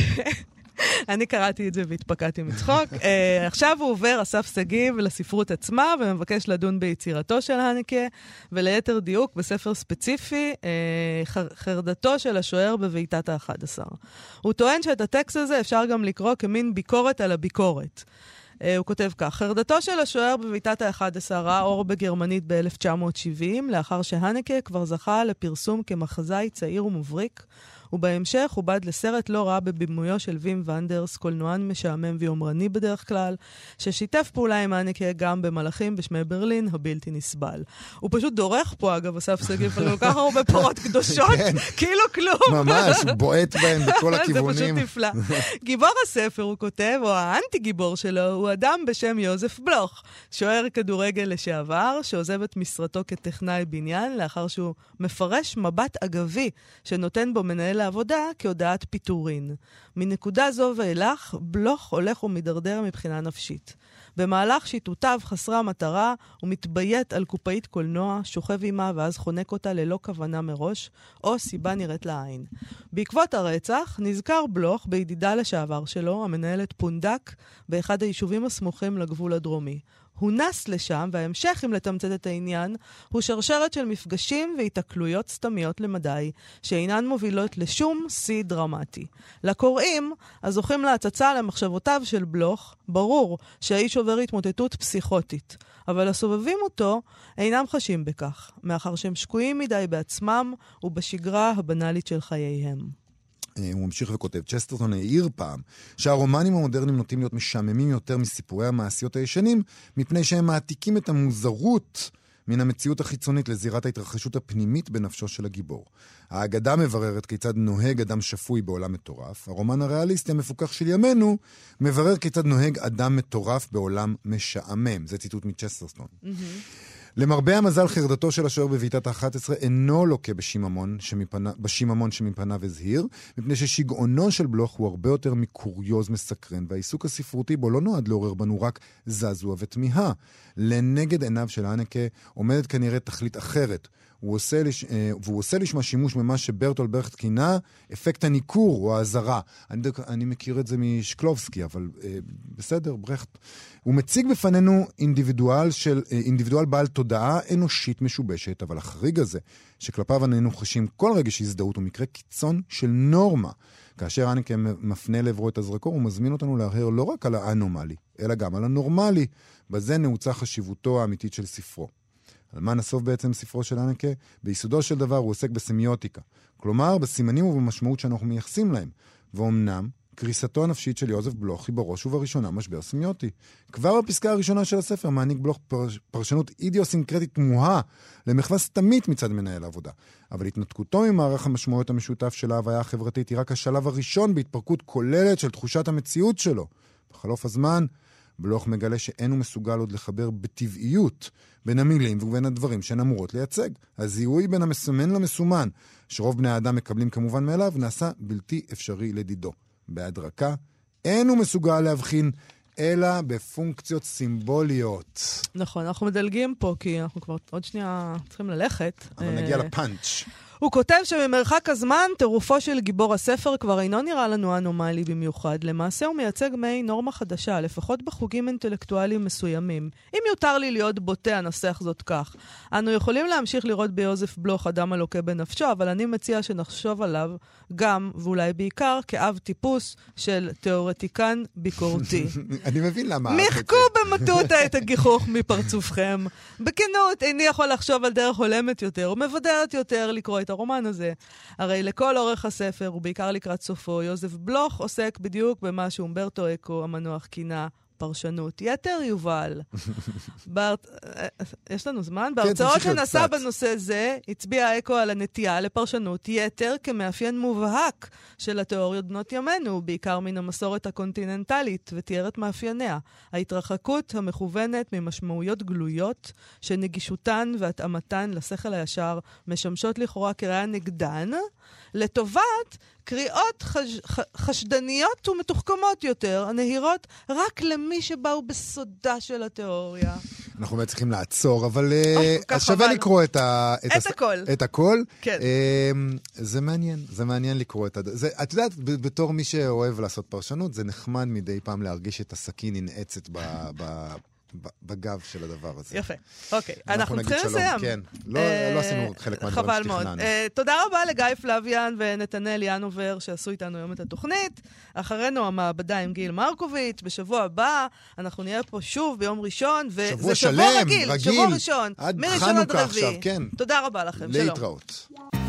אני קראתי את זה והתפקעתי מצחוק. עכשיו הוא עובר אסף שגיב לספרות עצמה ומבקש לדון ביצירתו של הנקה, וליתר דיוק בספר ספציפי, חרדתו של השוער בביתת ה-11. הוא טוען שאת הטקסט הזה אפשר גם לקרוא כמין ביקורת על הביקורת. הוא כותב כך: חרדתו של השוער בביתת ה-11 ראה אור בגרמנית ב-1970, לאחר שהנקה כבר זכה לפרסום כמחזאי צעיר ומבריק, ובהמשך הוא בד לסרט לא רע בבימויו של וים ונדרס, קולנוען משעמם ויומרני בדרך כלל, ששיתף פעולה עם הנקה גם במלאכים בשמי ברלין הבלתי נסבל. הוא פשוט דורך פה, אגב, אסף שגיב, על כל כך הרבה פרות קדושות, כאילו כלום. ממש, בועט בהם בכל הכיוונים. זה פשוט נפלא. גיבור הספר, הוא כותב, או האנטי גיבור שלו, הוא אדם בשם יוזף בלוך, שוער כדורגל לשעבר, שעוזב את משרתו כטכנאי בניין, לאחר שהוא מפרש מבט אגבי, שנותן בו מנהל העבודה כהודעת פיטורין. מנקודה זו ואילך, בלוך הולך ומדרדר מבחינה נפשית. במהלך שיטותיו חסרה מטרה, הוא מתביית על קופאית קולנוע, שוכב עימה ואז חונק אותה ללא כוונה מראש, או סיבה נראית לעין. בעקבות הרצח, נזכר בלוך בידידה לשעבר שלו, המנהלת פונדק, באחד היישובים הסמוכים לגבול הדרומי. הוא נס לשם, וההמשך, אם לתמצת את העניין, הוא שרשרת של מפגשים והתקלויות סתמיות למדי, שאינן מובילות לשום שיא דרמטי. לקוראים, הזוכים להצצה למחשבותיו של בלוך, ברור שהאיש עובר התמוטטות פסיכוטית, אבל הסובבים אותו אינם חשים בכך, מאחר שהם שקועים מדי בעצמם ובשגרה הבנלית של חייהם. הוא ממשיך וכותב, צ'סטרטון העיר פעם שהרומנים המודרניים נוטים להיות משעממים יותר מסיפורי המעשיות הישנים, מפני שהם מעתיקים את המוזרות מן המציאות החיצונית לזירת ההתרחשות הפנימית בנפשו של הגיבור. האגדה מבררת כיצד נוהג אדם שפוי בעולם מטורף, הרומן הריאליסטי המפוקח של ימינו מברר כיצד נוהג אדם מטורף בעולם משעמם. זה ציטוט מצ'סטרטון. למרבה המזל, חרדתו של השוער בביתת ה-11 אינו לוקה בשיממון שמפניו הזהיר, מפני ששגעונו של בלוך הוא הרבה יותר מקוריוז מסקרן, והעיסוק הספרותי בו לא נועד לעורר בנו רק זעזוע לנגד עיניו של הנקה עומדת כנראה תכלית אחרת. והוא עושה לשמה שימוש ממה שברטול ברכט כינה אפקט הניכור או ההזרה. אני מכיר את זה משקלובסקי, אבל בסדר, ברכט. הוא מציג בפנינו אינדיבידואל בעל תודעה אנושית משובשת, אבל החריג הזה, שכלפיו אנו חשים כל רגש הזדהות, הוא מקרה קיצון של נורמה. כאשר הנקה מפנה לעברו את הזרקור, הוא מזמין אותנו להרהר לא רק על האנומלי, אלא גם על הנורמלי. בזה נעוצה חשיבותו האמיתית של ספרו. על מה נסוף בעצם ספרו של הנקה? ביסודו של דבר הוא עוסק בסמיוטיקה. כלומר, בסימנים ובמשמעות שאנחנו מייחסים להם. ואומנם, קריסתו הנפשית של יוזף בלוך היא בראש ובראשונה משבר סמיוטי. כבר בפסקה הראשונה של הספר מעניק בלוך פרשנות אידיוסינקרטית תמוהה למחווה סתמית מצד מנהל העבודה. אבל התנתקותו ממערך המשמעויות המשותף של ההוויה החברתית היא רק השלב הראשון בהתפרקות כוללת של תחושת המציאות שלו. בחלוף הזמן, בלוך מגלה שאין הוא מסוגל עוד לחבר בטבעיות בין המילים ובין הדברים שהן אמורות לייצג. הזיהוי בין המסומן למסומן, שרוב בני האדם מקבלים כמובן מאליו, נעשה בלתי אפשרי לדידו. בהדרכה, אין הוא מסוגל להבחין אלא בפונקציות סימבוליות. נכון, אנחנו מדלגים פה, כי אנחנו כבר עוד שנייה צריכים ללכת. אבל נגיע לפאנץ'. הוא כותב שממרחק הזמן, טירופו של גיבור הספר כבר אינו נראה לנו אנומלי במיוחד. למעשה הוא מייצג מעין נורמה חדשה, לפחות בחוגים אינטלקטואליים מסוימים. אם יותר לי להיות בוטה, אנסח זאת כך. אנו יכולים להמשיך לראות ביוזף בלוך אדם הלוקה בנפשו, אבל אני מציע שנחשוב עליו גם, ואולי בעיקר, כאב טיפוס של תיאורטיקן ביקורתי. אני מבין למה. מחקו במטותא את הגיחוך מפרצופכם. בכנות, איני יכול לחשוב על דרך הולמת יותר, ומבדרת יותר לקרוא את הרומן הזה. הרי לכל אורך הספר, ובעיקר לקראת סופו, יוזף בלוך עוסק בדיוק במה שאומברטו אקו המנוח כינה פרשנות. יתר יובל. יש לנו זמן? בהרצאות שנסע בנושא זה, הצביע אקו על הנטייה לפרשנות יתר כמאפיין מובהק של התיאוריות בנות ימינו, בעיקר מן המסורת הקונטיננטלית, ותיאר את מאפייניה. ההתרחקות המכוונת ממשמעויות גלויות, שנגישותן והתאמתן לשכל הישר משמשות לכאורה קריאה נגדן, לטובת קריאות חשדניות ומתוחכמות יותר, הנהירות רק למי שבאו בסודה של התיאוריה. אנחנו באמת צריכים לעצור, אבל שווה לקרוא את הכל. את הכל. כן. זה מעניין לקרוא את זה. את יודעת, בתור מי שאוהב לעשות פרשנות, זה נחמד מדי פעם להרגיש את הסכין ננעצת בגב של הדבר הזה. יפה. אוקיי, אנחנו צריכים לסיים. כן, לא עשינו חלק מהדברים חבל מאוד. תודה רבה לגיא פלוויאן ונתנאל ינובר שעשו איתנו היום את התוכנית. אחרינו המעבדה עם גיל מרקוביץ'. בשבוע הבא אנחנו נהיה פה שוב ביום ראשון, וזה שבוע רגיל, שבוע ראשון. עד חנוכה עכשיו, כן. תודה רבה לכם. שלום. להתראות.